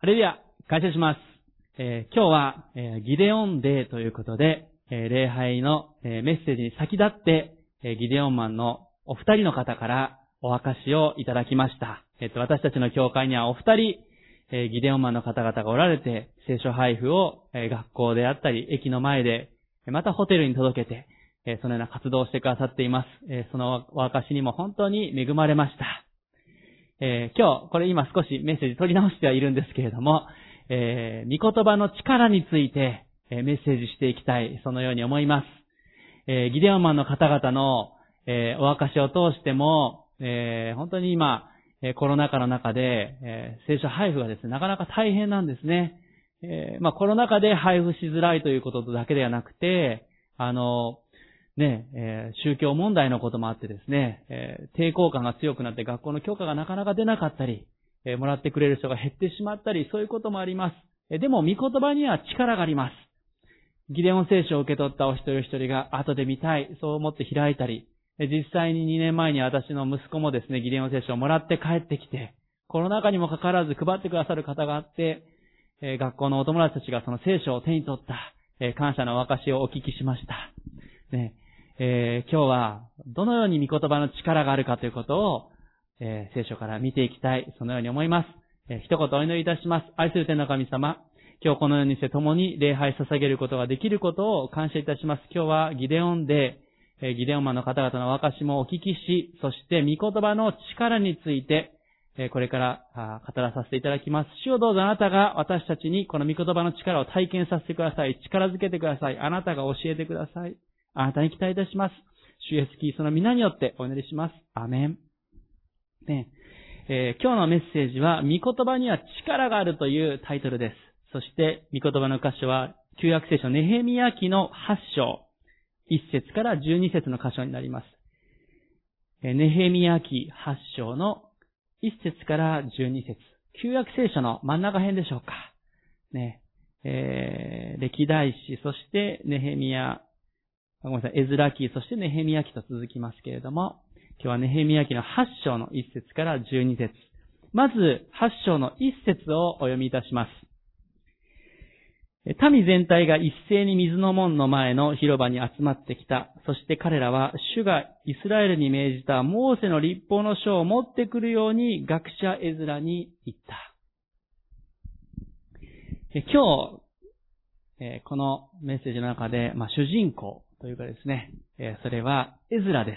ハレルヤ、感謝します。今日は、ギデオンデーということで、礼拝の、メッセージに先立って、ギデオンマンのお二人の方からお証しをいただきました。私たちの教会にはお二人、ギデオンマンの方々がおられて、聖書配布を、学校であったり、駅の前で、またホテルに届けて、そのような活動をしてくださっています。そのお証しにも本当に恵まれました。今日、これ今少しメッセージ取り直してはいるんですけれども、御言葉の力について、メッセージしていきたい、そのように思います。ギデオンマンの方々の、お証しを通しても、本当に今、コロナ禍の中で、聖書配布がですね、なかなか大変なんですね。コロナ禍で配布しづらいということだけではなくて、宗教問題のこともあってですね、抵抗感が強くなって学校の許可がなかなか出なかったり、もらってくれる人が減ってしまったり、そういうこともあります。でも、御言葉には力があります。ギデオン聖書を受け取ったお一人一人が後で見たい、そう思って開いたり、実際に2年前に私の息子もですね、ギデオン聖書をもらって帰ってきて、コロナ禍にもかかわらず配ってくださる方があって、学校のお友達たちがその聖書を手に取った、感謝のお証しをお聞きしました。ね、今日はどのように御言葉の力があるかということを、聖書から見ていきたい、そのように思います。一言お祈りいたします。愛する天の神様、今日このようにして共に礼拝捧げることができることを感謝いたします。今日はギデオンで、ギデオンマンの方々のお証しもお聞きし、そして御言葉の力について、これから語らさせていただきます。主をどうぞあなたが私たちにこの御言葉の力を体験させてください。力づけてください。あなたが教えてください。あなたに期待いたします。主イエスキリストの皆によってお祈りします。アメン。今日のメッセージは、御言葉には力があるというタイトルです。そして、御言葉の箇所は、旧約聖書ネヘミヤ記の8章、1節から12節の箇所になります。ネヘミヤ記8章の1節から12節。旧約聖書の真ん中辺でしょうか。ね。歴代史、そしてネヘミヤ、エズラ記、そしてネヘミヤ記と続きますけれども、今日はネヘミヤ記の8章の1節から12節。まず、8章の1節をお読みいたします。民全体が一斉に水の門の前の広場に集まってきた。そして彼らは、主がイスラエルに命じたモーセの律法の書を持ってくるように学者エズラに言った。今日、このメッセージの中で、主人公というかですね、それはエズラです。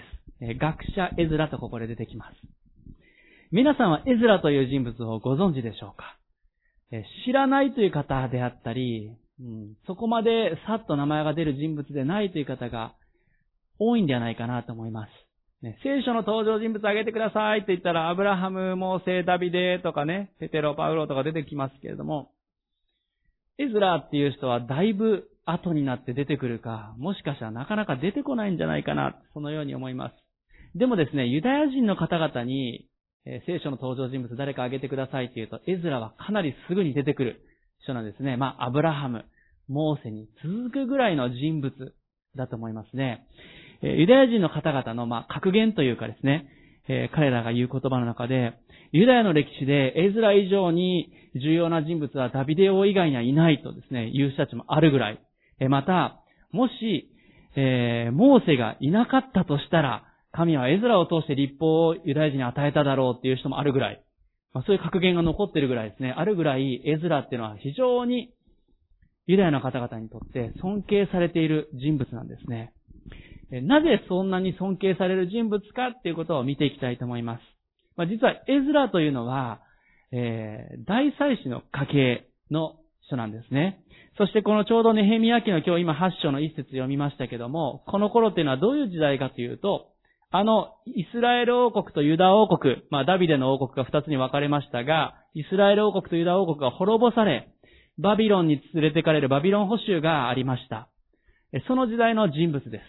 学者エズラとここで出てきます。皆さんはエズラという人物をご存知でしょうか？知らないという方であったり、そこまでさっと名前が出る人物でないという方が多いんではないかなと思います。聖書の登場人物を挙げてくださいと言ったら、アブラハム、モーセ、ダビデとかね、ペテロ、パウロとか出てきますけれども、エズラっていう人はだいぶ後になって出てくるか、もしかしたらなかなか出てこないんじゃないかな、そのように思います。でもですね、ユダヤ人の方々に、聖書の登場人物誰か挙げてくださいって言うと、エズラはかなりすぐに出てくる人なんですね。アブラハム、モーセに続くぐらいの人物だと思いますね。ユダヤ人の方々の格言というかですね、彼らが言う言葉の中で、ユダヤの歴史でエズラ以上に重要な人物はダビデ王以外にはいないとですね、言う人たちもあるぐらい。また、もし、モーセがいなかったとしたら、神はエズラを通して律法をユダヤ人に与えただろうっていう人もあるぐらい。そういう格言が残ってるぐらいですね。あるぐらいエズラっていうのは非常にユダヤの方々にとって尊敬されている人物なんですね。なぜそんなに尊敬される人物かっていうことを見ていきたいと思います。実はエズラというのは、大祭司の家系の人なんですね。そしてこのちょうどネヘミヤ記の今日8章の一節読みましたけども、この頃っていうのはどういう時代かというと、イスラエル王国とユダ王国、ダビデの王国が2つに分かれましたが、イスラエル王国とユダ王国が滅ぼされ、バビロンに連れてかれるバビロン捕囚がありました。その時代の人物です。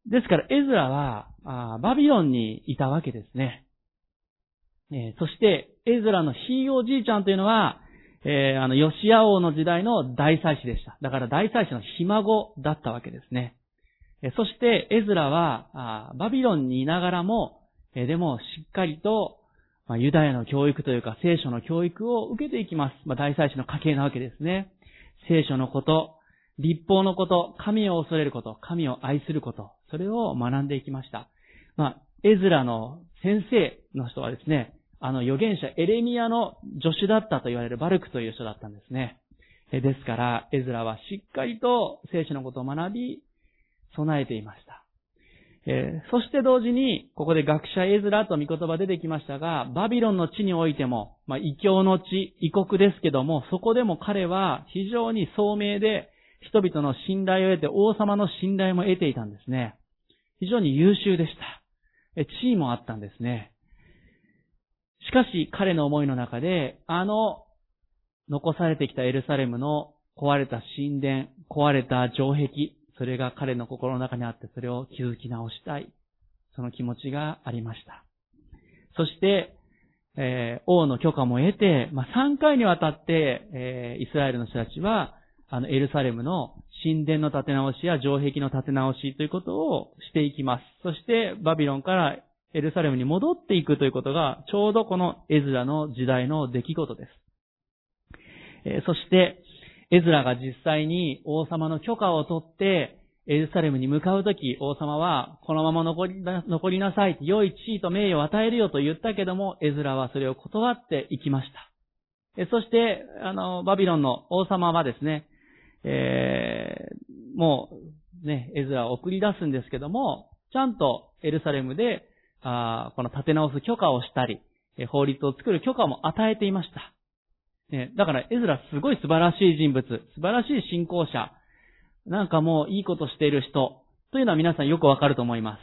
ですから、エズラは、バビロンにいたわけですね。そして、エズラのひいおじいちゃんというのは、ヨシア王の時代の大祭司でした。だから大祭司のひ孫だったわけですね。そして、エズラは、バビロンにいながらも、でもしっかりと、 ユダヤの教育というか聖書の教育を受けていきます。大祭司の家系なわけですね。聖書のこと、律法のこと、神を恐れること、神を愛すること、それを学んでいきました。エズラの先生の人はですね、預言者エレミヤの助手だったと言われるバルクという人だったんですね。ですから、エズラはしっかりと聖書のことを学び、備えていました。そして同時に、ここで学者エズラと御言葉出てきましたが、バビロンの地においても、異教の地、異国ですけども、そこでも彼は非常に聡明で、人々の信頼を得て、王様の信頼も得ていたんですね。非常に優秀でした。地位もあったんですね。しかし、彼の思いの中で、残されてきたエルサレムの壊れた神殿、壊れた城壁、それが彼の心の中にあって、それを築き直したい。その気持ちがありました。そして、王の許可も得て、3回にわたって、イスラエルの人たちは、エルサレムの神殿の建て直しや城壁の建て直しということをしていきます。そして、バビロンからエルサレムに戻っていくということが、ちょうどこのエズラの時代の出来事です。そして、エズラが実際に王様の許可を取って、エルサレムに向かうとき、王様は、このまま残りなさい、良い地位と名誉を与えるよと言ったけども、エズラはそれを断っていきました。そして、バビロンの王様はですね、もう、ね、エズラを送り出すんですけども、ちゃんとエルサレムで、この建て直す許可をしたり、法律を作る許可も与えていました。だからエズラすごい素晴らしい人物、素晴らしい信仰者、なんかもういいことしている人というのは皆さんよくわかると思います。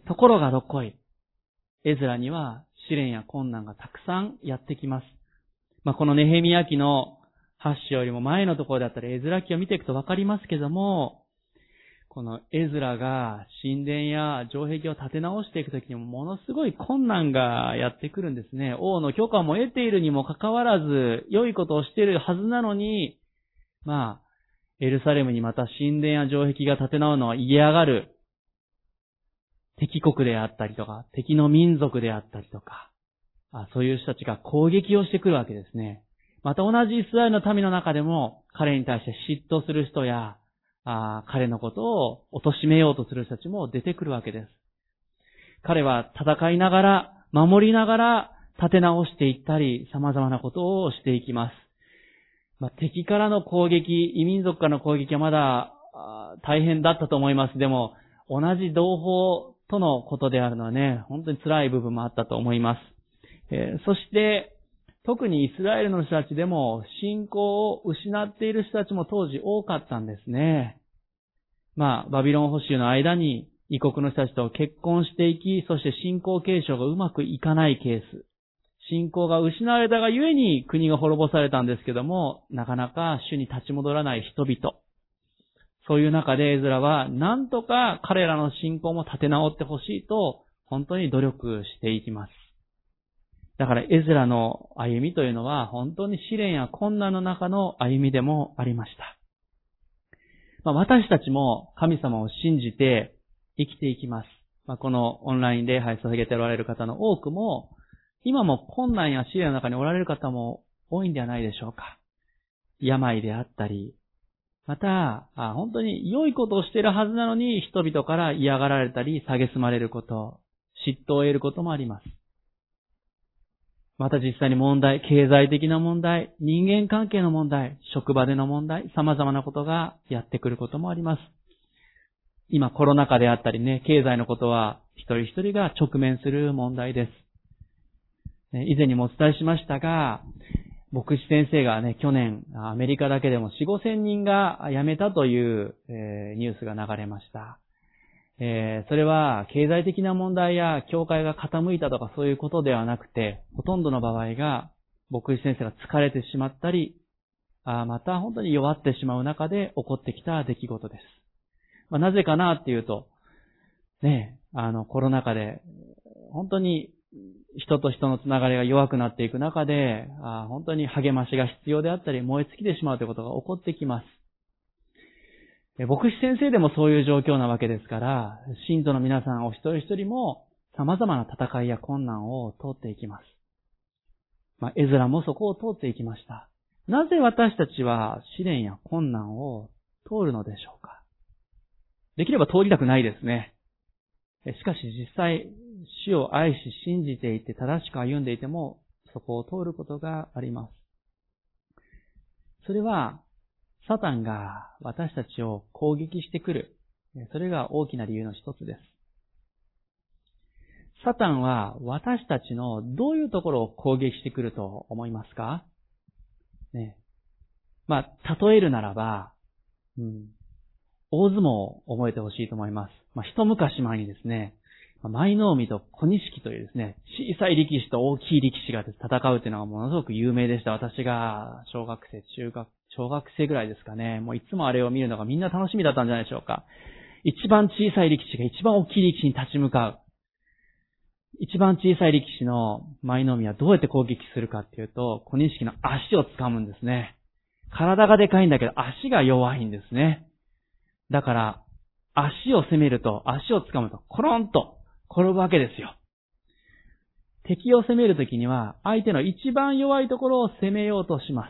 ところがどっこい、エズラには試練や困難がたくさんやってきます。このネヘミヤ記の8章よりも前のところだったり、エズラ記を見ていくとわかりますけども、このエズラが神殿や城壁を建て直していくときにもものすごい困難がやってくるんですね。王の許可も得ているにもかかわらず、良いことをしているはずなのに、エルサレムにまた神殿や城壁が建て直るのは嫌がる敵国であったりとか、敵の民族であったりとか、そういう人たちが攻撃をしてくるわけですね。また同じイスラエルの民の中でも、彼に対して嫉妬する人や、彼のことを貶めようとする人たちも出てくるわけです。彼は戦いながら、守りながら、立て直していったり、様々なことをしていきます。敵からの攻撃、異民族からの攻撃はまだ大変だったと思います。でも、同じ同胞とのことであるのはね、本当に辛い部分もあったと思います。そして、特にイスラエルの人たちでも信仰を失っている人たちも当時多かったんですね。バビロン捕囚の間に異国の人たちと結婚していき、そして信仰継承がうまくいかないケース。信仰が失われたがゆえに国が滅ぼされたんですけども、なかなか主に立ち戻らない人々。そういう中でエズラはなんとか彼らの信仰も立て直ってほしいと本当に努力していきます。だからエズラの歩みというのは本当に試練や困難の中の歩みでもありました。私たちも神様を信じて生きていきます。このオンライン礼拝捧げておられる方の多くも、今も困難や試練の中におられる方も多いんではないでしょうか。病であったり、また、本当に良いことをしているはずなのに人々から嫌がられたり、蔑まれること、嫉妬を得ることもあります。また実際に問題、経済的な問題、人間関係の問題、職場での問題、様々なことがやってくることもあります。今コロナ禍であったりね、経済のことは一人一人が直面する問題です。以前にもお伝えしましたが、牧師先生がね、去年アメリカだけでも4、5千人が辞めたというニュースが流れました。それは経済的な問題や教会が傾いたとかそういうことではなくて、ほとんどの場合が牧師先生が疲れてしまったり、また本当に弱ってしまう中で起こってきた出来事です。なぜかなっていうと、ね、コロナ禍で本当に人と人のつながりが弱くなっていく中で、本当に励ましが必要であったり燃え尽きてしまうということが起こってきます。牧師先生でもそういう状況なわけですから、信徒の皆さんお一人一人も様々な戦いや困難を通っていきます。エズラもそこを通っていきました。なぜ私たちは試練や困難を通るのでしょうか。できれば通りたくないですね。しかし実際、主を愛し信じていて正しく歩んでいても、そこを通ることがあります。それは、サタンが私たちを攻撃してくる。それが大きな理由の一つです。サタンは私たちのどういうところを攻撃してくると思いますか？ね。例えるならば、大相撲を覚えてほしいと思います。一昔前にですね、舞の海と小錦というですね、小さい力士と大きい力士が戦うっていうのがものすごく有名でした。私が小学生ぐらいですかね。もういつもあれを見るのがみんな楽しみだったんじゃないでしょうか。一番小さい力士が一番大きい力士に立ち向かう。一番小さい力士の舞の海はどうやって攻撃するかっていうと、小錦の足を掴むんですね。体がでかいんだけど足が弱いんですね。だから、足を攻めると、足を掴むと、コロンと転ぶわけですよ。敵を攻めるときには、相手の一番弱いところを攻めようとします。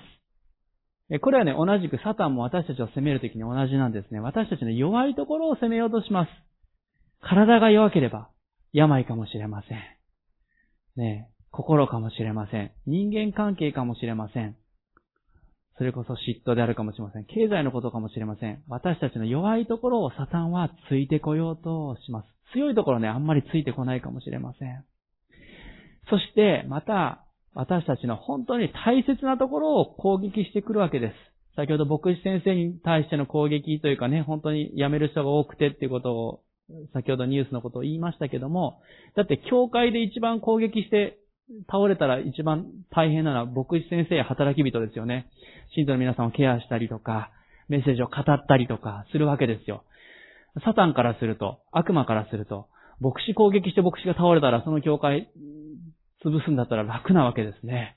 これはね、同じくサタンも私たちを攻めるときに同じなんですね。私たちの弱いところを攻めようとします。体が弱ければ、病かもしれません。ね、心かもしれません。人間関係かもしれません。それこそ嫉妬であるかもしれません。経済のことかもしれません。私たちの弱いところをサタンはついてこようとします。強いところね、あんまりついてこないかもしれません。そして、また、私たちの本当に大切なところを攻撃してくるわけです。先ほど牧師先生に対しての攻撃というかね、本当に辞める人が多くてっていうことを、先ほどニュースのことを言いましたけども、だって教会で一番攻撃して倒れたら一番大変なのは牧師先生や働き人ですよね。信徒の皆さんをケアしたりとか、メッセージを語ったりとかするわけですよ。サタンからすると、悪魔からすると、牧師攻撃して牧師が倒れたらその教会潰すんだったら楽なわけですね。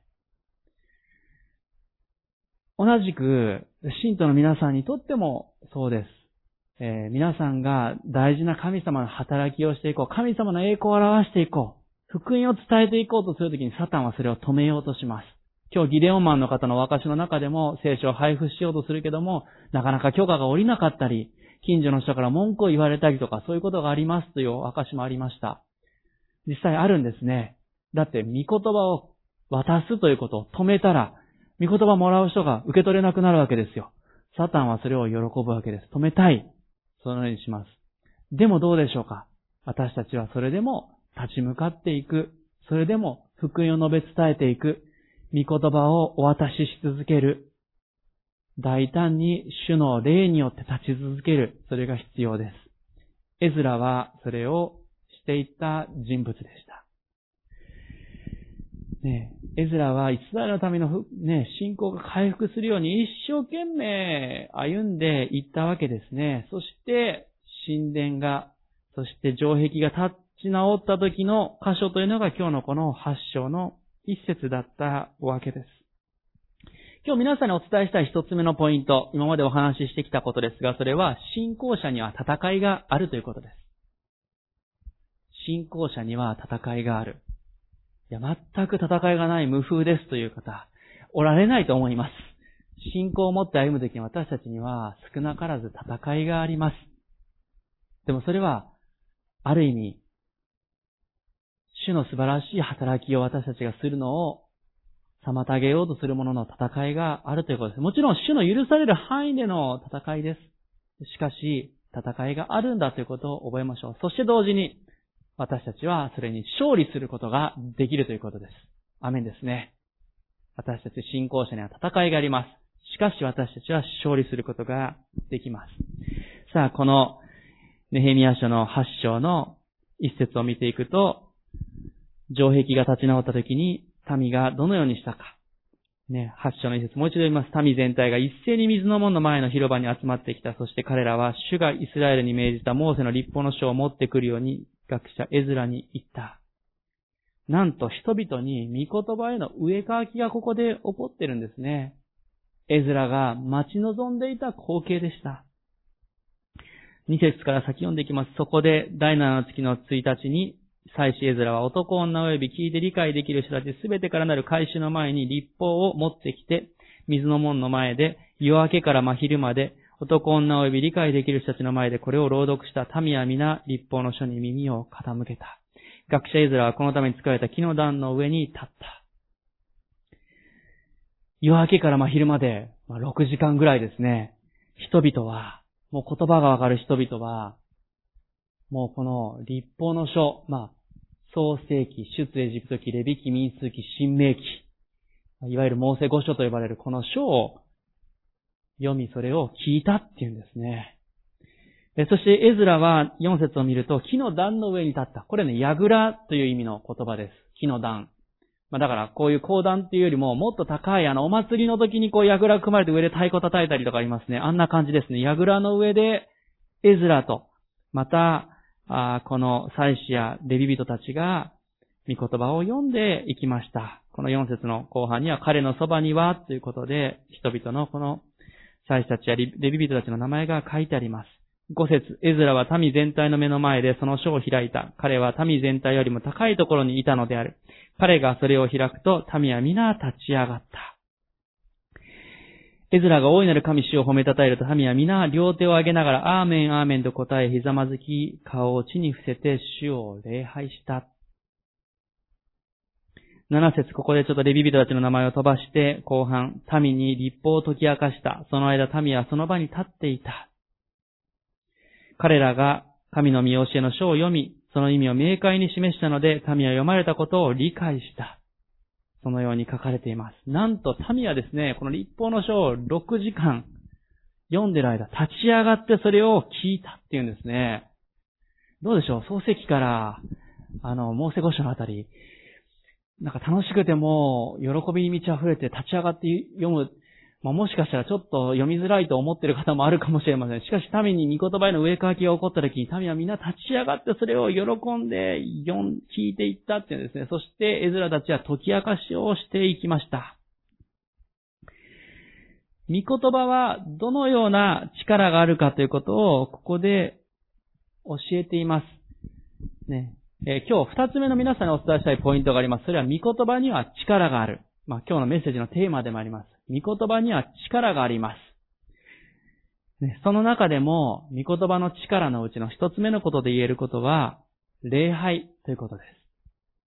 同じく、信徒の皆さんにとってもそうです。皆さんが大事な神様の働きをしていこう。神様の栄光を表していこう。福音を伝えていこうとするときにサタンはそれを止めようとします。今日ギデオンマンの方の証の中でも聖書を配布しようとするけども、なかなか許可が下りなかったり、近所の人から文句を言われたりとか、そういうことがありますという証もありました。実際あるんですね。だって御言葉を渡すということを止めたら、御言葉もらう人が受け取れなくなるわけですよ。サタンはそれを喜ぶわけです。止めたい。そのようにします。でもどうでしょうか。私たちはそれでも立ち向かっていく。それでも福音を述べ伝えていく。御言葉をお渡しし続ける。大胆に主の霊によって立ち続ける。それが必要です。エズラはそれをしていった人物でした。エズラはイスラエルのための信仰が回復するように一生懸命歩んでいったわけですね。そして神殿が、そして城壁が立ち直った時の箇所というのが今日のこの8章の一節だったわけです。今日皆さんにお伝えしたい一つ目のポイント、今までお話ししてきたことですが、それは信仰者には戦いがあるということです。信仰者には戦いがある。いや、全く戦いがない無風ですという方、おられないと思います。信仰を持って歩むときに私たちには少なからず戦いがあります。でもそれは、ある意味、主の素晴らしい働きを私たちがするのを妨げようとする者の戦いがあるということです。もちろん主の許される範囲での戦いです。しかし、戦いがあるんだということを覚えましょう。そして同時に、私たちはそれに勝利することができるということです。アメンですね。私たち信仰者には戦いがあります。しかし私たちは勝利することができます。さあ、このネヘミヤ書の8章の一節を見ていくと、城壁が立ち直った時に民がどのようにしたか。8章の一節、もう一度言います。民全体が一斉に水の門の前の広場に集まってきた。そして彼らは主がイスラエルに命じたモーセの律法の書を持ってくるように学者エズラに言った。なんと人々に御言葉への植え替きがここで起こってるんですね。エズラが待ち望んでいた光景でした。2節から先読んでいきます。そこで第7の月の1日に祭司エズラは男女及び聞いて理解できる人たちすべてからなる会衆の前に律法を持ってきて、水の門の前で夜明けから真昼まで男女及び理解できる人たちの前でこれを朗読した民は皆律法の書に耳を傾けた。学者エズラはこのために作られた木の段の上に立った。夜明けから真昼まで、6時間ぐらいですね。人々は、もう言葉がわかる人々は、もうこの律法の書、創世記、出エジプト記、レビ記、民数記、申命記、いわゆるモーセ五書と呼ばれるこの書を読み、それを聞いたっていうんですね。そしてエズラは4節を見ると、木の段の上に立った。これね、櫓という意味の言葉です。木の段。だからこういう講談っていうよりも、もっと高い、お祭りの時に櫓組まれて上で太鼓叩いたりとかありますね。あんな感じですね。櫓の上でエズラと、また、この祭司やレビ人たちが、御言葉を読んでいきました。この4節の後半には、彼のそばには、ということで、人々のこの祭司たちやレビ人たちの名前が書いてあります。5節、エズラは民全体の目の前でその書を開いた。彼は民全体よりも高いところにいたのである。彼がそれを開くと、民は皆立ち上がった。エズラが大いなる神主を褒めたたえると、民は皆両手を上げながら、アーメン、アーメンと答え、ひざまずき、顔を地に伏せて主を礼拝した。7節、ここでちょっとレビ人たちの名前を飛ばして、後半、民に律法を解き明かした。その間、民はその場に立っていた。彼らが神の見教えの書を読み、その意味を明快に示したので、民は読まれたことを理解した。そのように書かれています。なんと民はですね、この律法の書を6時間読んでる間、立ち上がってそれを聞いたっていうんですね。どうでしょう、創世記から、モーセ五書のあたり、なんか楽しくても、喜びに満ち溢れて立ち上がって読む、もしかしたらちょっと読みづらいと思っている方もあるかもしれません。しかし民に御言葉への植え替きが起こった時に、民はみんな立ち上がってそれを喜んで聞いていったっていうんですね。そしてエズラたちは解き明かしをしていきました。御言葉はどのような力があるかということをここで教えています。ね。今日二つ目の皆さんにお伝えしたいポイントがあります。それは御言葉には力がある。今日のメッセージのテーマでもあります。御言葉には力があります。その中でも、御言葉の力のうちの一つ目のことで言えることは、礼拝ということです。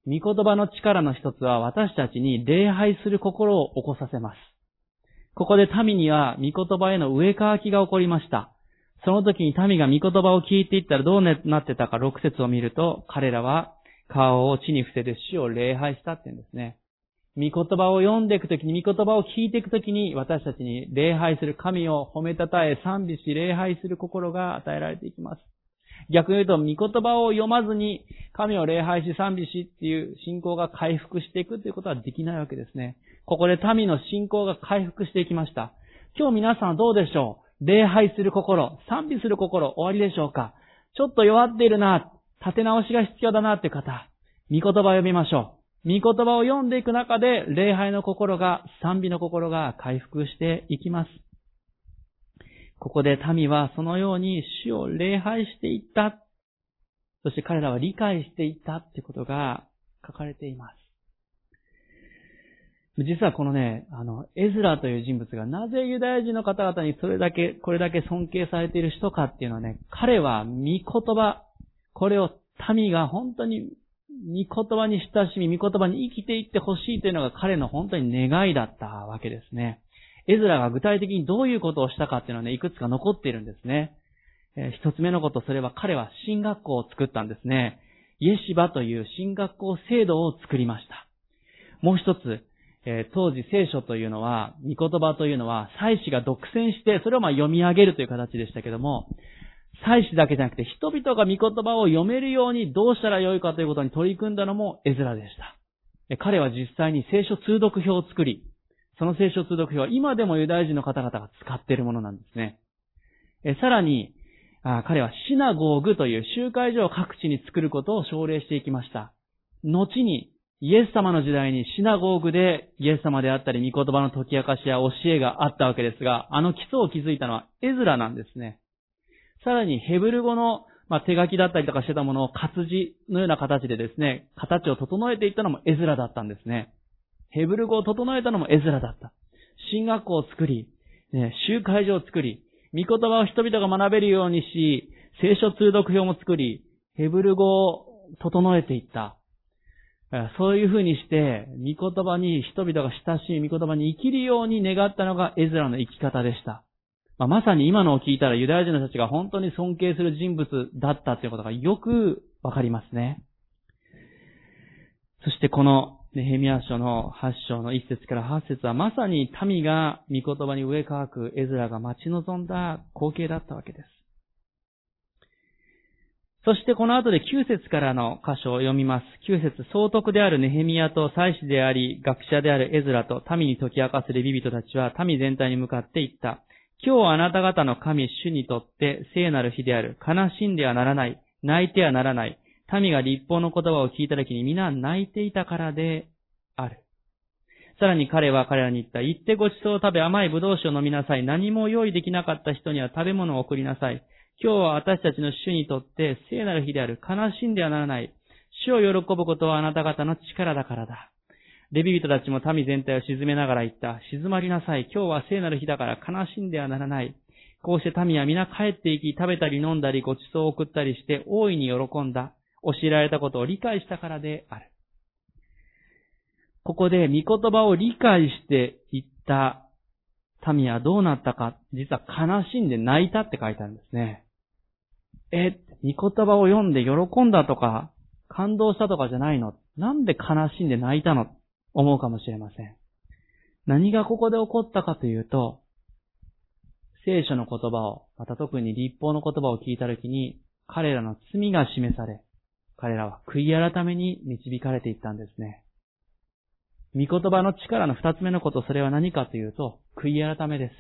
御言葉の力の一つは、私たちに礼拝する心を起こさせます。ここで民には御言葉への植え替きが起こりました。その時に民が御言葉を聞いていったらどうなってたか6節を見ると、彼らは顔を地に伏せて主を礼拝したって言うんですね。御言葉を読んでいくときに、御言葉を聞いていくときに、私たちに礼拝する神を褒めたたえ、賛美し、礼拝する心が与えられていきます。逆に言うと、御言葉を読まずに、神を礼拝し、賛美しっていう信仰が回復していくということはできないわけですね。ここで民の信仰が回復していきました。今日皆さんはどうでしょう？礼拝する心、賛美する心、終わりでしょうか？ちょっと弱っているな、立て直しが必要だなっていう方、御言葉を読みましょう。御言葉を読んでいく中で、礼拝の心が、賛美の心が回復していきます。ここで民はそのように主を礼拝していった。そして彼らは理解していったということが書かれています。実はこのね、エズラという人物がなぜユダヤ人の方々にこれだけ尊敬されている人かっていうのはね、彼は御言葉、これを民が本当に御言葉に親しみ、御言葉に生きていってほしいというのが彼の本当に願いだったわけですね。エズラが具体的にどういうことをしたかっていうのはね、いくつか残っているんですね。一つ目のこと、それは彼は神学校を作ったんですね。イエシバという神学校制度を作りました。もう一つ、当時聖書というのは、御言葉というのは、祭司が独占して、それを読み上げるという形でしたけども、祭司だけじゃなくて人々が御言葉を読めるようにどうしたらよいかということに取り組んだのもエズラでした。彼は実際に聖書通読表を作り、その聖書通読表は今でもユダヤ人の方々が使っているものなんですね。さらに、彼はシナゴーグという集会所を各地に作ることを奨励していきました。後にイエス様の時代にシナゴーグでイエス様であったり御言葉の解き明かしや教えがあったわけですが、基礎を築いたのはエズラなんですね。さらにヘブル語の手書きだったりとかしてたものを活字のような形でですね、形を整えていったのもエズラだったんですね。ヘブル語を整えたのもエズラだった。神学校を作り、集会所を作り、御言葉を人々が学べるようにし、聖書通読表も作り、ヘブル語を整えていった。そういうふうにして、御言葉に人々が親しい御言葉に生きるように願ったのがエズラの生き方でした。まさに今のを聞いたらユダヤ人の人たちが本当に尊敬する人物だったということがよくわかりますね。そしてこのネヘミヤ書の8章の1節から8節はまさに民が御言葉に植え替くエズラが待ち望んだ光景だったわけです。そしてこの後で9節からの箇所を読みます。9節、総督であるネヘミヤと祭司であり、学者であるエズラと民に解き明かすレビ人たちは民全体に向かって言った。今日あなた方の神主にとって聖なる日である。悲しんではならない。泣いてはならない。民が立法の言葉を聞いたときに皆泣いていたからである。さらに彼は彼らに言った。行ってごちそうを食べ甘い葡萄酒を飲みなさい。何も用意できなかった人には食べ物を送りなさい。今日は私たちの主にとって聖なる日である。悲しんではならない。主を喜ぶことはあなた方の力だからだ。レビ人たちも民全体を鎮めながら言った。静まりなさい。今日は聖なる日だから悲しんではならない。こうして民は皆帰っていき、食べたり飲んだりごちそうを送ったりして大いに喜んだ。教えられたことを理解したからである。ここで御言葉を理解していった民はどうなったか、実は悲しんで泣いたって書いてあるんですね。御言葉を読んで喜んだとか、感動したとかじゃないの？なんで悲しんで泣いたの？思うかもしれません。何がここで起こったかというと、聖書の言葉を、また特に律法の言葉を聞いたときに、彼らの罪が示され、彼らは悔い改めに導かれていったんですね。御言葉の力の二つ目のこと、それは何かというと、悔い改めです。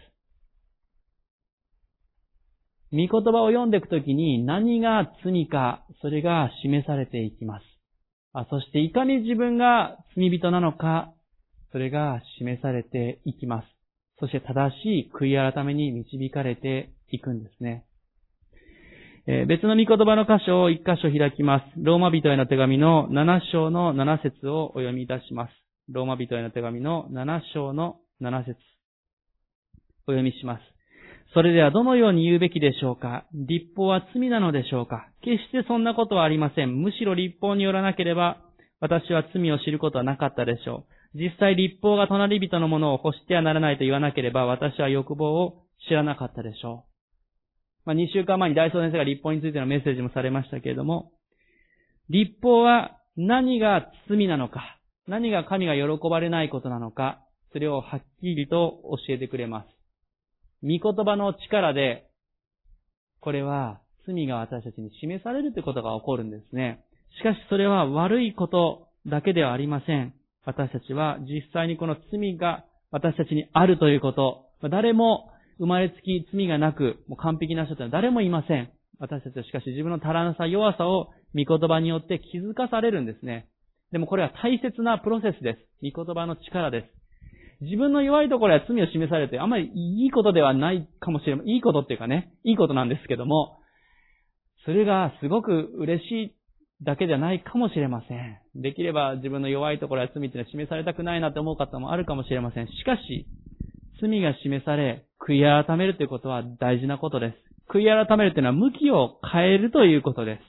御言葉を読んでいくときに何が罪か、それが示されていきます。そしていかに自分が罪人なのか、それが示されていきます。そして正しい悔い改めに導かれていくんですね。別の御言葉の箇所を一箇所開きます。ローマ人への手紙の7章の7節をお読みいたします。ローマ人への手紙の7章の7節お読みします。それではどのように言うべきでしょうか？律法は罪なのでしょうか？決してそんなことはありません。むしろ律法によらなければ、私は罪を知ることはなかったでしょう。実際律法が隣人のものを欲してはならないと言わなければ、私は欲望を知らなかったでしょう。2週間前に大宗先生が律法についてのメッセージもされましたけれども、律法は何が罪なのか、何が神が喜ばれないことなのか、それをはっきりと教えてくれます。御言葉の力で、これは罪が私たちに示されるということが起こるんですね。しかしそれは悪いことだけではありません。私たちは実際にこの罪が私たちにあるということ、誰も生まれつき罪がなく、もう完璧な人というのは誰もいません。私たちはしかし自分の足らなさ、弱さを御言葉によって気づかされるんですね。でもこれは大切なプロセスです。御言葉の力です。自分の弱いところや罪を示されて、あまりいいことではないかもしれない。いいことっていうかね、いいことなんですけども、それがすごく嬉しいだけではないかもしれません。できれば自分の弱いところや罪っていうのは示されたくないなと思う方もあるかもしれません。しかし、罪が示され、悔い改めるということは大事なことです。悔い改めるというのは向きを変えるということです。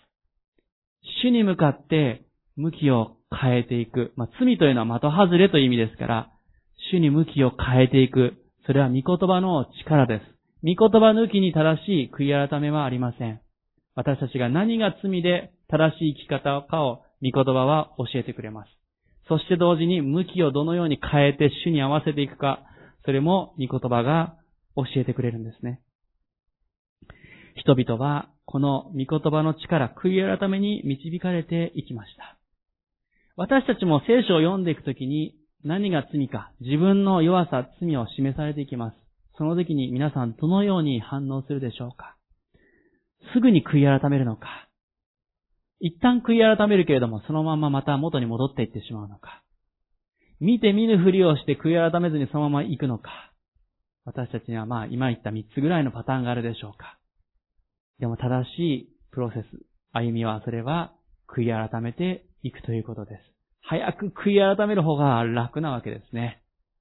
主に向かって向きを変えていく。罪というのは的外れという意味ですから、主に向きを変えていく。それは御言葉の力です。御言葉抜きに正しい悔い改めはありません。私たちが何が罪で正しい生き方かを御言葉は教えてくれます。そして同時に向きをどのように変えて主に合わせていくか、それも御言葉が教えてくれるんですね。人々はこの御言葉の力、悔い改めに導かれていきました。私たちも聖書を読んでいくときに何が罪か、自分の弱さ、罪を示されていきます。その時に皆さんどのように反応するでしょうか？すぐに悔い改めるのか？一旦悔い改めるけれども、そのまままた元に戻っていってしまうのか？見て見ぬふりをして悔い改めずにそのまま行くのか？私たちには今言った3つぐらいのパターンがあるでしょうか。でも正しいプロセス、歩みは、それは悔い改めていくということです。早く悔い改める方が楽なわけですね。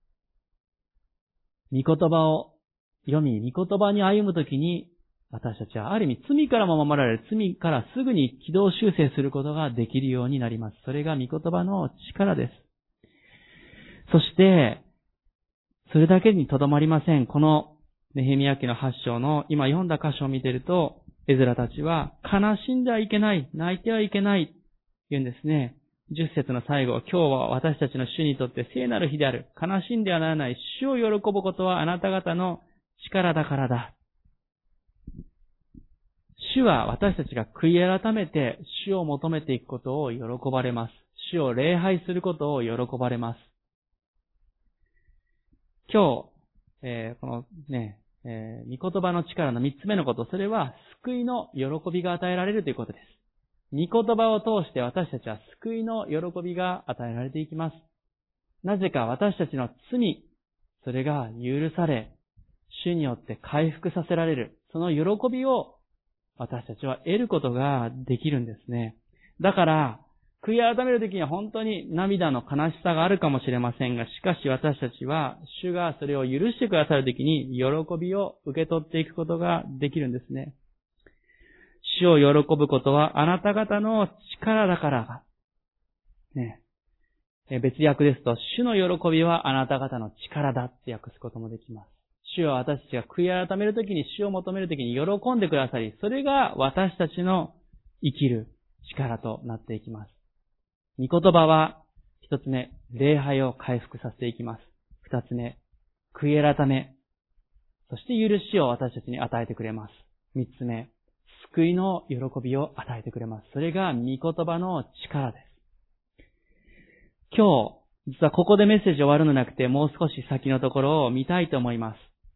御言葉を読み、御言葉に歩むときに、私たちはある意味罪からも守られる、罪からすぐに軌道修正することができるようになります。それが御言葉の力です。そして、それだけにとどまりません。このネヘミヤ記の8章の今読んだ箇所を見ていると、エズラたちは悲しんではいけない、泣いてはいけない、言うんですね。10節の最後、今日は私たちの主にとって聖なる日である。悲しんではならない。主を喜ぶことはあなた方の力だからだ。主は私たちが悔い改めて主を求めていくことを喜ばれます。主を礼拝することを喜ばれます。今日、このね、御言葉の力の3つ目のこと、それは救いの喜びが与えられるということです。御言葉を通して私たちは救いの喜びが与えられていきます。なぜか私たちの罪、それが許され、主によって回復させられる。その喜びを私たちは得ることができるんですね。だから、悔い改めるときには本当に涙の悲しさがあるかもしれませんが、しかし私たちは、主がそれを許してくださるときに、喜びを受け取っていくことができるんですね。主を喜ぶことはあなた方の力だから。ね。別訳ですと、主の喜びはあなた方の力だって訳すこともできます。主は私たちが悔い改めるときに、主を求めるときに喜んでくださり、それが私たちの生きる力となっていきます。御言葉は、一つ目、礼拝を回復させていきます。二つ目、悔い改め、そして許しを私たちに与えてくれます。三つ目、救いの喜びを与えてくれます。それが御言葉の力です。今日、実はここでメッセージ終わるのなくて、もう少し先のところを見たいと思います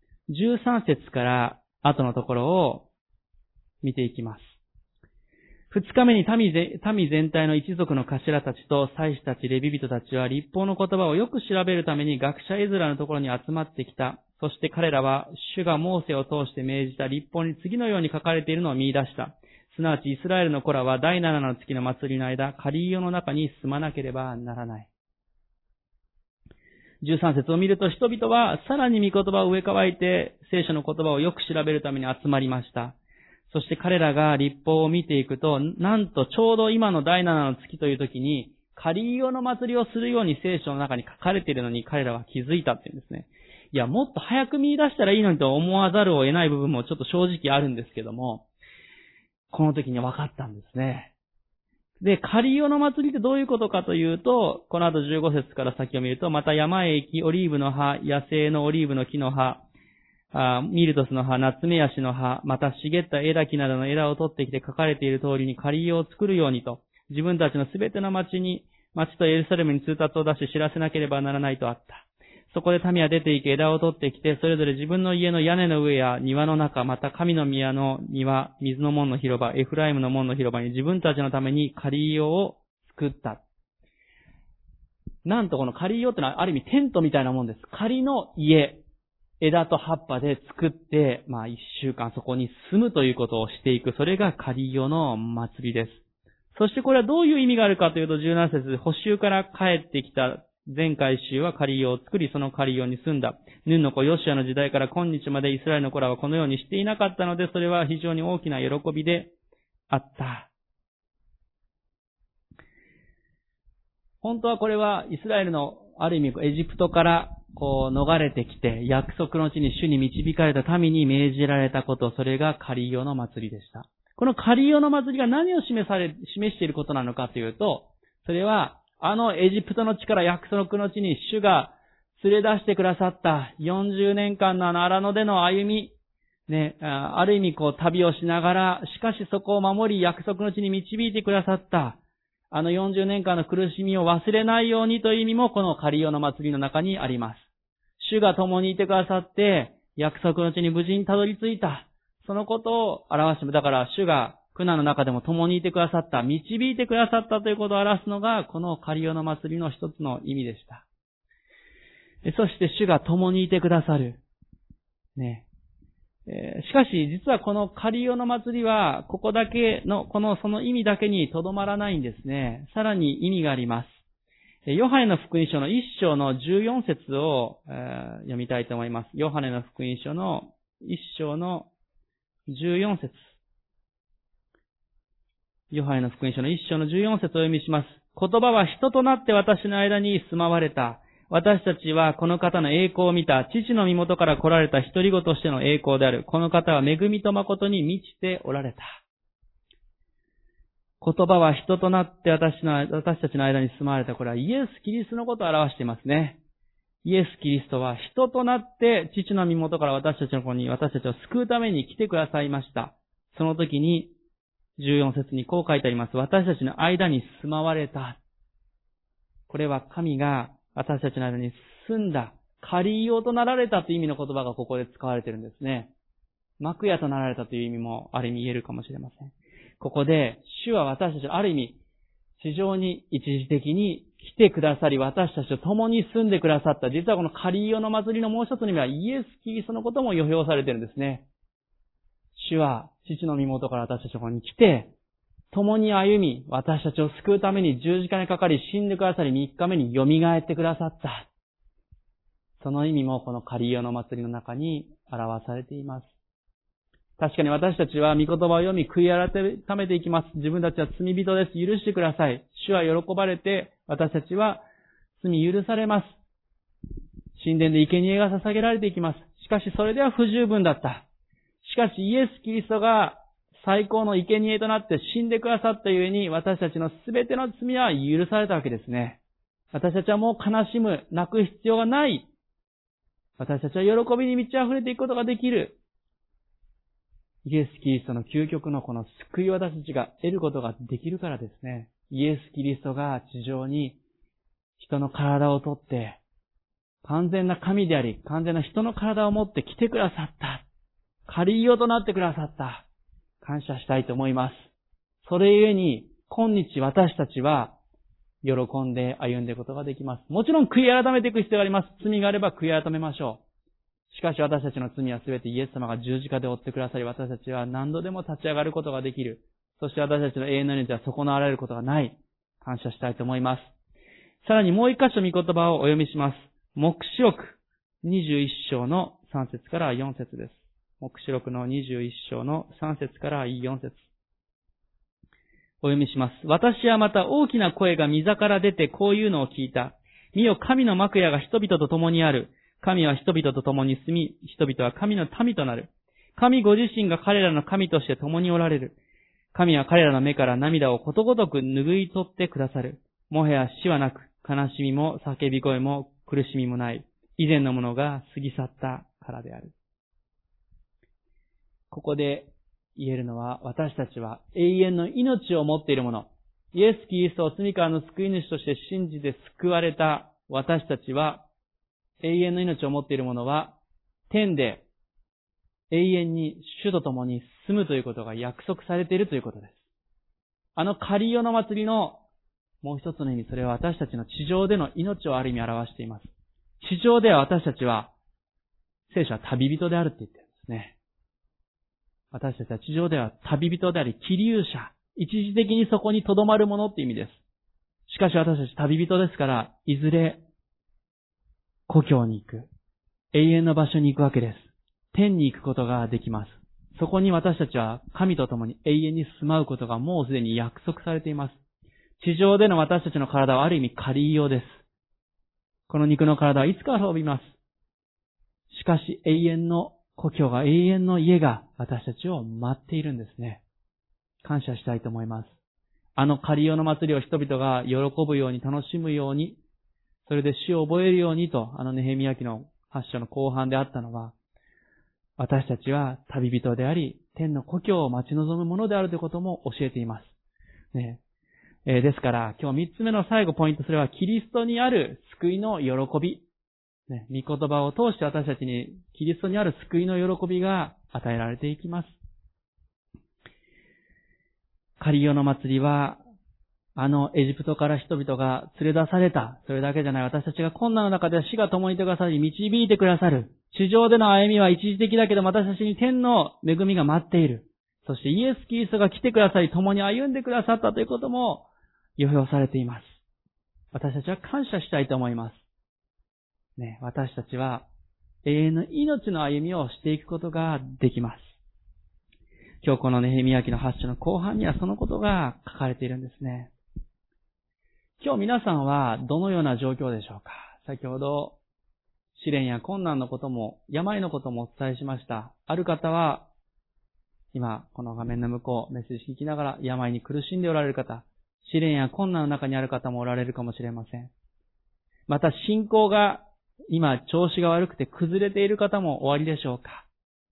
。13節から後のところを見ていきます。二日目に民全体の一族の頭たちと祭司たち、レビ人たちは律法の言葉をよく調べるために学者エズラのところに集まってきた。そして彼らは主がモーセを通して命じた律法に次のように書かれているのを見出した。すなわちイスラエルの子らは第7の月の祭りの間、カリオの中に住まなければならない。13節を見ると人々はさらに御言葉を植え替えて聖書の言葉をよく調べるために集まりました。そして彼らが律法を見ていくと、なんとちょうど今の第7の月という時に、カリオの祭りをするように聖書の中に書かれているのに彼らは気づいたっていうんですね。いや、もっと早く見出したらいいのにと思わざるを得ない部分もちょっと正直あるんですけども、この時に分かったんですね。で、カリオの祭りってどういうことかというと、この後15節から先を見ると、また山へ行き、オリーブの葉、野生のオリーブの木の葉、ミルトスの葉、ナツメヤシの葉、また茂った枝木などの枝を取ってきて書かれている通りにカリオを作るようにと、自分たちのすべての町とエルサレムに通達を出して知らせなければならないとあった。そこで民は出て行き枝を取ってきて、それぞれ自分の家の屋根の上や庭の中、また神の宮の庭、水の門の広場、エフライムの門の広場に自分たちのためにカリオを作った。なんとこのカリオってのはある意味テントみたいなもんです。仮の家。枝と葉っぱで作って、1週間そこに住むということをしていく。それがカリオの祭りです。そしてこれはどういう意味があるかというと、17節、捕囚から帰ってきた前回衆はカリオを作り、そのカリオに住んだ。ヌンの子ヨシアの時代から今日までイスラエルの子らはこのようにしていなかったので、それは非常に大きな喜びであった。本当はこれはイスラエルのある意味エジプトから逃れてきて約束の地に主に導かれた民に命じられたこと、それがカリオの祭りでした。このカリオの祭りが何を示していることなのかというと、それはエジプトの地から約束の地に主が連れ出してくださった40年間の荒野での歩み、ある意味旅をしながら、しかしそこを守り約束の地に導いてくださった40年間の苦しみを忘れないようにという意味もこのカリオの祭りの中にあります。主が共にいてくださって、約束の地に無事にたどり着いた。そのことを表しても、だから主が苦難の中でも共にいてくださった、導いてくださったということを表すのが、このカリオの祭りの一つの意味でした。そして主が共にいてくださる。 しかし、実はこのカリオの祭りは、ここだけの、その意味だけにとどまらないんですね。さらに意味があります。ヨハネの福音書の1章の14節を読みたいと思います。ヨハネの福音書の1章の14節。ヨハネの福音書の1章の14節をお読みします。言葉は人となって私の間に住まわれた。私たちはこの方の栄光を見た。父の身元から来られた独り子としての栄光である。この方は恵みと誠に満ちておられた。言葉は人となって私たちの間に住まわれた。これはイエス・キリストのことを表していますね。イエス・キリストは人となって父の身元から私たちの子に私たちを救うために来てくださいました。その時に14節にこう書いてあります。私たちの間に住まわれた。これは神が私たちの間に住んだ、仮用となられたという意味の言葉がここで使われているんですね。幕屋となられたという意味もある意味言えるかもしれません。ここで、主は私たちをある意味、地上に一時的に来てくださり、私たちと共に住んでくださった。実はこの仮用の祭りのもう一つの意味は、イエス・キリストのことも予表されているんですね。主は父の身元から私たちのところに来て、共に歩み、私たちを救うために十字架にかかり死んでくださり3日目に蘇ってくださった。その意味もこのカリオの祭りの中に表されています。確かに私たちは御言葉を読み悔い改めていきます。自分たちは罪人です。許してください。主は喜ばれて私たちは罪許されます。神殿で生贄が捧げられていきます。しかしそれでは不十分だった。しかしイエス・キリストが最高の生贄となって死んでくださったゆえに、私たちのすべての罪は許されたわけですね。私たちはもう悲しむ、泣く必要がない。私たちは喜びに満ち溢れていくことができる。イエス・キリストの究極のこの救いを私たちが得ることができるからですね。イエス・キリストが地上に人の体をとって、完全な神であり、完全な人の体を持って来てくださった。仮用となってくださった。感謝したいと思います。それゆえに、今日私たちは、喜んで歩んでいくことができます。もちろん悔い改めていく必要があります。罪があれば悔い改めましょう。しかし私たちの罪はすべてイエス様が十字架で負ってくださり、私たちは何度でも立ち上がることができる。そして私たちの永遠の命は損なわれることがない。感謝したいと思います。さらにもう一箇所御言葉をお読みします。黙示録21章の3節から4節です。黙示録の21章の3節から4節お読みします。私はまた大きな声が御座から出てこういうのを聞いた。見よ、神の幕屋が人々と共にある。神は人々と共に住み、人々は神の民となる。神ご自身が彼らの神として共におられる。神は彼らの目から涙をことごとく拭い取ってくださる。もはや死はなく、悲しみも叫び声も苦しみもない。以前のものが過ぎ去ったからである。ここで言えるのは、私たちは永遠の命を持っているもの。イエス・キリストを罪からの救い主として信じて救われた私たちは、永遠の命を持っているものは、天で永遠に主と共に住むということが約束されているということです。あのカリオの祭りのもう一つの意味、それは私たちの地上での命をある意味表しています。地上では私たちは、聖書は旅人であるって言ってるんですね。私たちは地上では旅人であり、寄留者、一時的にそこに留まるものって意味です。しかし私たち旅人ですから、いずれ故郷に行く、永遠の場所に行くわけです。天に行くことができます。そこに私たちは神と共に永遠に住まうことがもうすでに約束されています。地上での私たちの体はある意味仮用です。この肉の体はいつか滅びます。しかし永遠の故郷が、永遠の家が私たちを待っているんですね。感謝したいと思います。あのカリオの祭りを人々が喜ぶように、楽しむように、それで死を覚えるようにと、ネヘミヤ記の8章の後半であったのは、私たちは旅人であり、天の故郷を待ち望むものであるということも教えています。ね。ですから、今日3つ目の最後ポイント、それはキリストにある救いの喜び。ね、御言葉を通して私たちにキリストにある救いの喜びが与えられていきます。カリオの祭りは、エジプトから人々が連れ出された。それだけじゃない。私たちが困難の中で死が共にいてくださり、導いてくださる。 地上での歩みは一時的だけど、私たちに天の恵みが待っている。そしてイエス・キリストが来てくださり、共に歩んでくださったということも予表されています。私たちは感謝したいと思います。ね、私たちは永遠の命の歩みをしていくことができます。今日このネヘミヤ記の8章の後半にはそのことが書かれているんですね。今日皆さんはどのような状況でしょうか。先ほど試練や困難のことも病のこともお伝えしました。ある方は今この画面の向こうメッセージ聞きながら病に苦しんでおられる方、試練や困難の中にある方もおられるかもしれません。また信仰が今調子が悪くて崩れている方もおありでしょうか。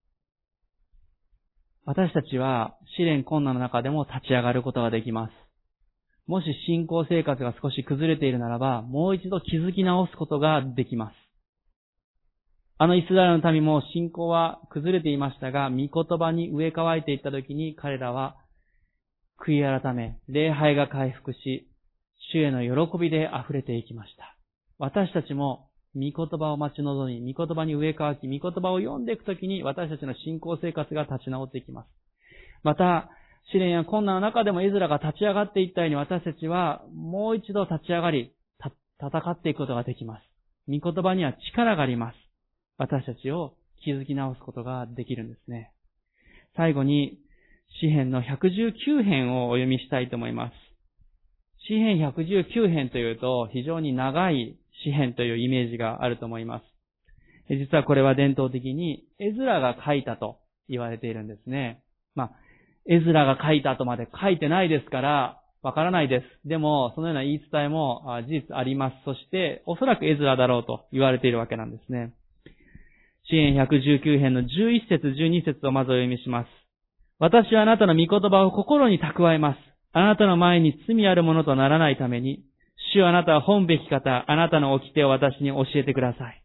私たちは試練困難の中でも立ち上がることができます。もし信仰生活が少し崩れているならば、もう一度築き直すことができます。イスラエルの民も信仰は崩れていましたが、御言葉に植え替えていったときに彼らは悔い改め、礼拝が回復し、主への喜びで溢れていきました。私たちも御言葉を待ち望み、御言葉に植え替わき、御言葉を読んでいくときに私たちの信仰生活が立ち直っていきます。また、試練や困難の中でもエズラが立ち上がっていったように私たちはもう一度立ち上がり、戦っていくことができます。御言葉には力があります。私たちを築き直すことができるんですね。最後に、詩編の119編をお読みしたいと思います。詩編119編というと非常に長い詩編というイメージがあると思います。実はこれは伝統的にエズラが書いたと言われているんですね。エズラが書いたとまで書いてないですからわからないです。でもそのような言い伝えも事実あります。そしておそらくエズラだろうと言われているわけなんですね。詩編119編の11節12節をまずお読みします。私はあなたの御言葉を心に蓄えます。あなたの前に罪あるものとならないために、主はあなたは本べき方、あなたの掟を私に教えてください。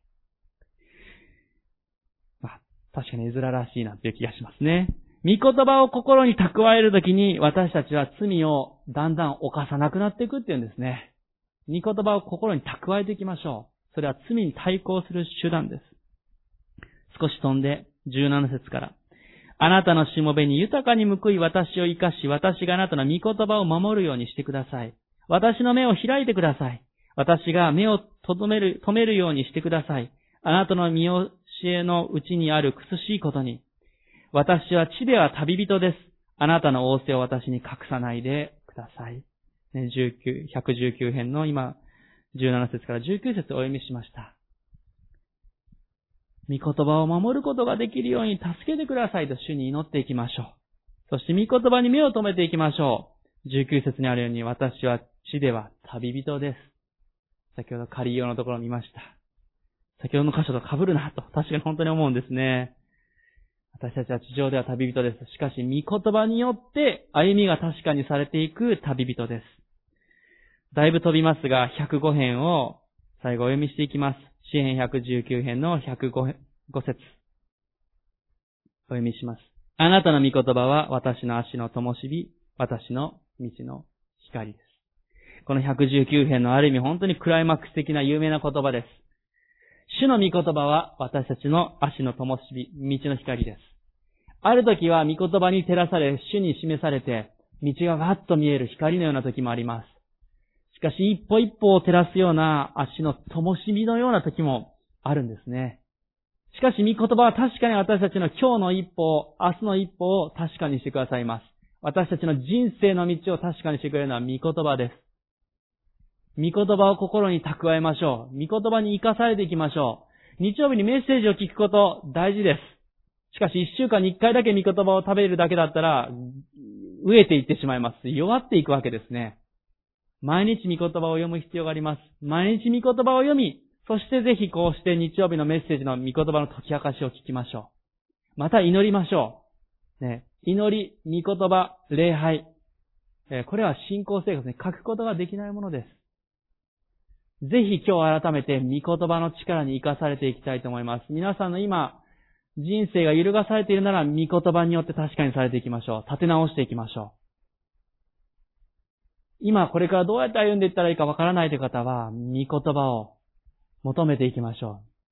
確かにエズラらしいなという気がしますね。御言葉を心に蓄えるときに私たちは罪をだんだん犯さなくなっていくっていうんですね。御言葉を心に蓄えていきましょう。それは罪に対抗する手段です。少し飛んで17節から。あなたのしもべに豊かに報い私を生かし、私があなたの御言葉を守るようにしてください。私の目を開いてください。私が目を止めるようにしてください。あなたの見教えのうちにある苦しいことに。私は地では旅人です。あなたの仰せを私に隠さないでください。119編の今、17節から19節をお読みしました。御言葉を守ることができるように助けてくださいと主に祈っていきましょう。そして御言葉に目を留めていきましょう。19節にあるように私は地では旅人です。先ほど仮用のところを見ました。先ほどの箇所と被るなと確かに本当に思うんですね。私たちは地上では旅人です。しかし御言葉によって歩みが確かにされていく旅人です。だいぶ飛びますが105編を最後お読みしていきます。詩編119編の105節お読みします。あなたの御言葉は私の足の灯火、私の道の光です。この119編のある意味本当にクライマックス的な有名な言葉です。主の御言葉は私たちの足の灯火、道の光です。ある時は御言葉に照らされ、主に示されて、道がガッと見える光のような時もあります。しかし一歩一歩を照らすような足の灯火のような時もあるんですね。しかし御言葉は確かに私たちの今日の一歩、明日の一歩を確かにしてくださいます。私たちの人生の道を確かにしてくれるのは御言葉です。御言葉を心に蓄えましょう。御言葉に生かされていきましょう。日曜日にメッセージを聞くこと大事です。しかし一週間に一回だけ御言葉を食べるだけだったら飢えていってしまいます。弱っていくわけですね。毎日御言葉を読む必要があります。毎日御言葉を読み、そしてぜひこうして日曜日のメッセージの御言葉の解き明かしを聞きましょう。また祈りましょう。祈り、御言葉、礼拝。これは信仰生活に書くことができないものです。ぜひ今日改めて御言葉の力に生かされていきたいと思います。皆さんの今、人生が揺るがされているなら御言葉によって確かにされていきましょう。立て直していきましょう。今これからどうやって歩んでいったらいいかわからないという方は、御言葉を求めていきましょ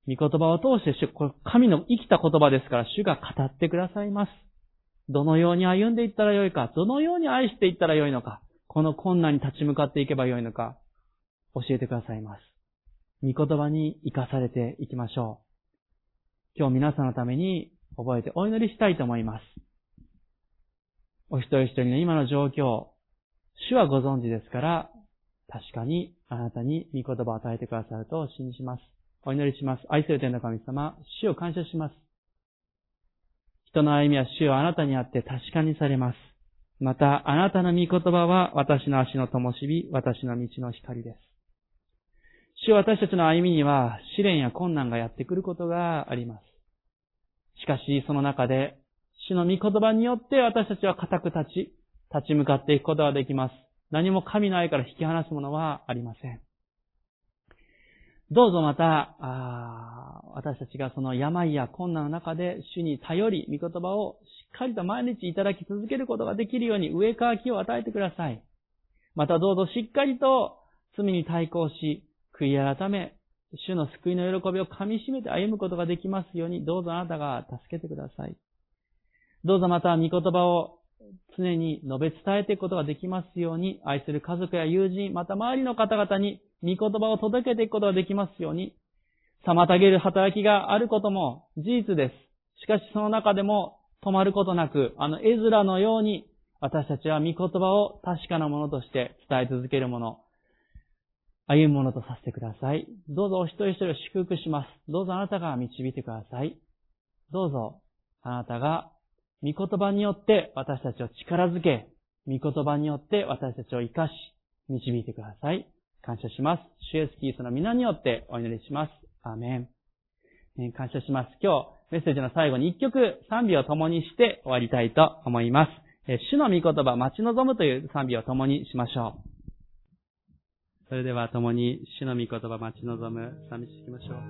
御言葉を通してこれ神の生きた言葉ですから、主が語ってくださいます。どのように歩んでいったらよいか、どのように愛していったらよいのか、この困難に立ち向かっていけばよいのか、教えてくださいます。御言葉に生かされていきましょう。今日皆さんのために覚えてお祈りしたいと思います。お一人一人の今の状況、主はご存知ですから、確かにあなたに御言葉を与えてくださると信じます。お祈りします。愛する天の神様、主を感謝します。人の歩みは主をあなたにあって確かにされます。また、あなたの御言葉は私の足の灯火、私の道の光です。主は私たちの歩みには試練や困難がやってくることがあります。しかし、その中で、主の御言葉によって私たちは固く立ち向かっていくことができます。何も神の愛から引き離すものはありません。どうぞまた、私たちがその病や困難の中で主に頼り、御言葉をしっかりと毎日いただき続けることができるように上かきを与えてください。またどうぞしっかりと罪に対抗し、悔い改め、主の救いの喜びを噛み締めて歩むことができますように、どうぞあなたが助けてください。どうぞまた御言葉を常に述べ伝えていくことができますように、愛する家族や友人、また周りの方々に御言葉を届けていくことができますように、妨げる働きがあることも事実です。しかしその中でも止まることなく、エズラのように、私たちは御言葉を確かなものとして伝え続けるもの、歩むものとさせてください。どうぞお一人一人を祝福します。どうぞあなたが導いてください。どうぞあなたが御言葉によって私たちを力づけ、御言葉によって私たちを生かし、導いてください。感謝します。主イエスキリストの皆によってお祈りします。アーメン。感謝します。今日メッセージの最後に一曲賛美を共にして終わりたいと思います。主の御言葉待ち望むという賛美を共にしましょう。それでは共に主の御言葉待ち望む賛美していきましょう。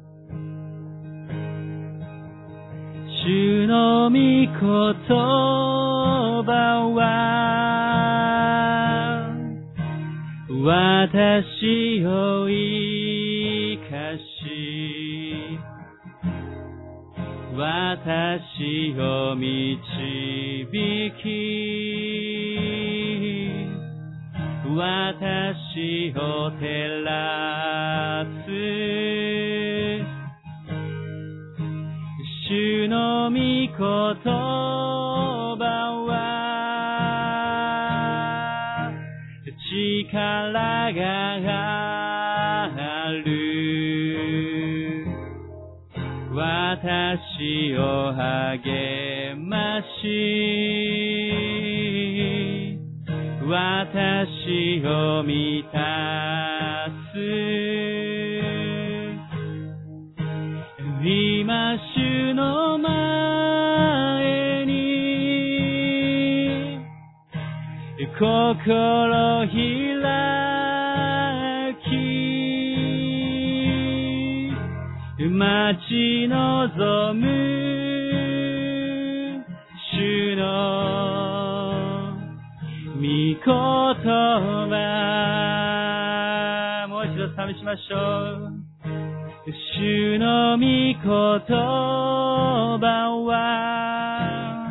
主の御言葉は私を生かし、私を導き、私を照らす。主の御言葉は力がある。私を励まし、私を満たす。今主の前に心開き、待ち望む主の御言葉。もう一度試しましょう。主の御言葉は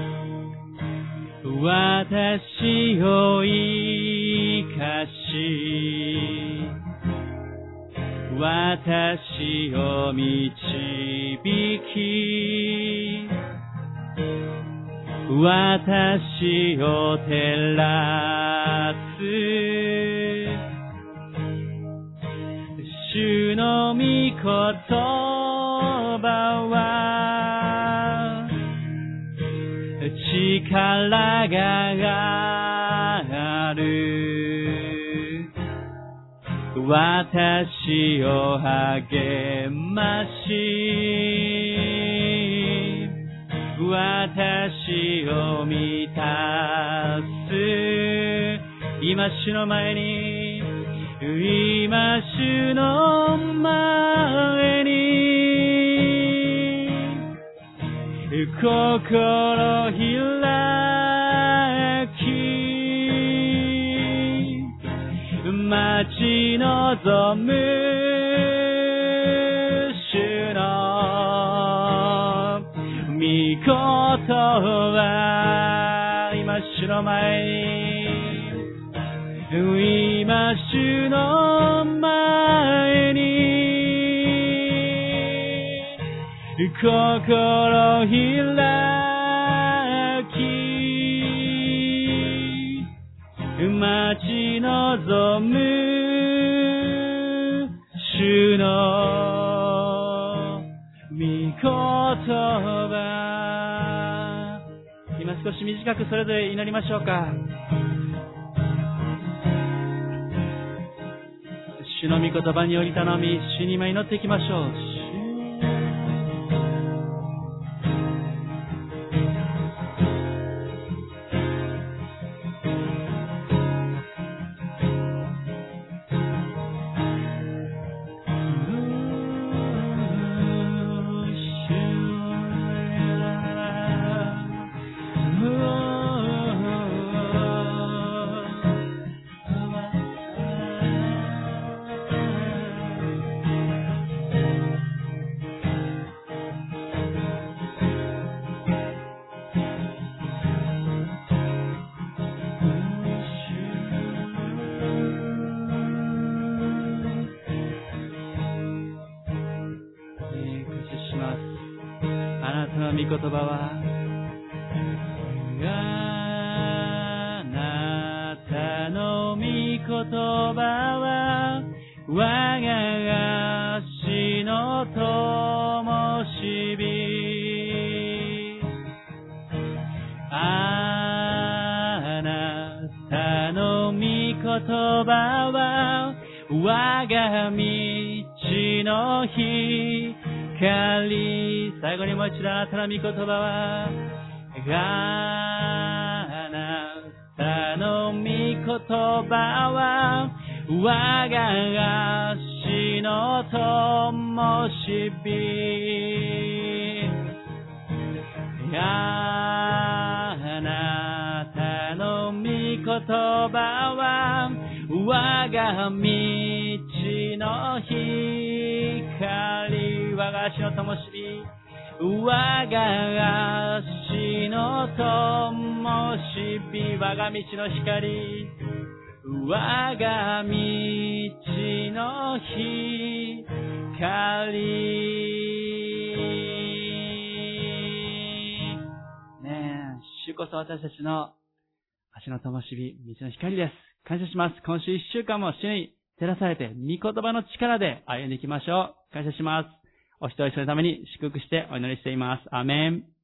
私を生かし、私を導き、私を照らす。主の御言葉は力がある。私を励まし、私を満たす。今主の前に、今主の前に心開き、待ち望むは今主の前に、今主の前に心開き待ち望む主の御言葉。今少し短くそれぞれ祈りましょうか。主の御言葉により頼み、主に今祈っていきましょう。御言葉はあなたの御言葉は我が足の灯火。あなたの御言葉は我が道の光。最後にもう一度、あなたの御言葉はあなたの御言葉は我が足の灯火。あなたの御言葉は我が道の光。我が足の灯火。我が足の灯火。我が道の光。我が道の光。ねえ、主こそ私たちの足の灯火、道の光です。感謝します。今週1週間も主に照らされて、御言葉の力で歩んでいきましょう。感謝します。お一人一人のために祝福してお祈りしています。アーメン。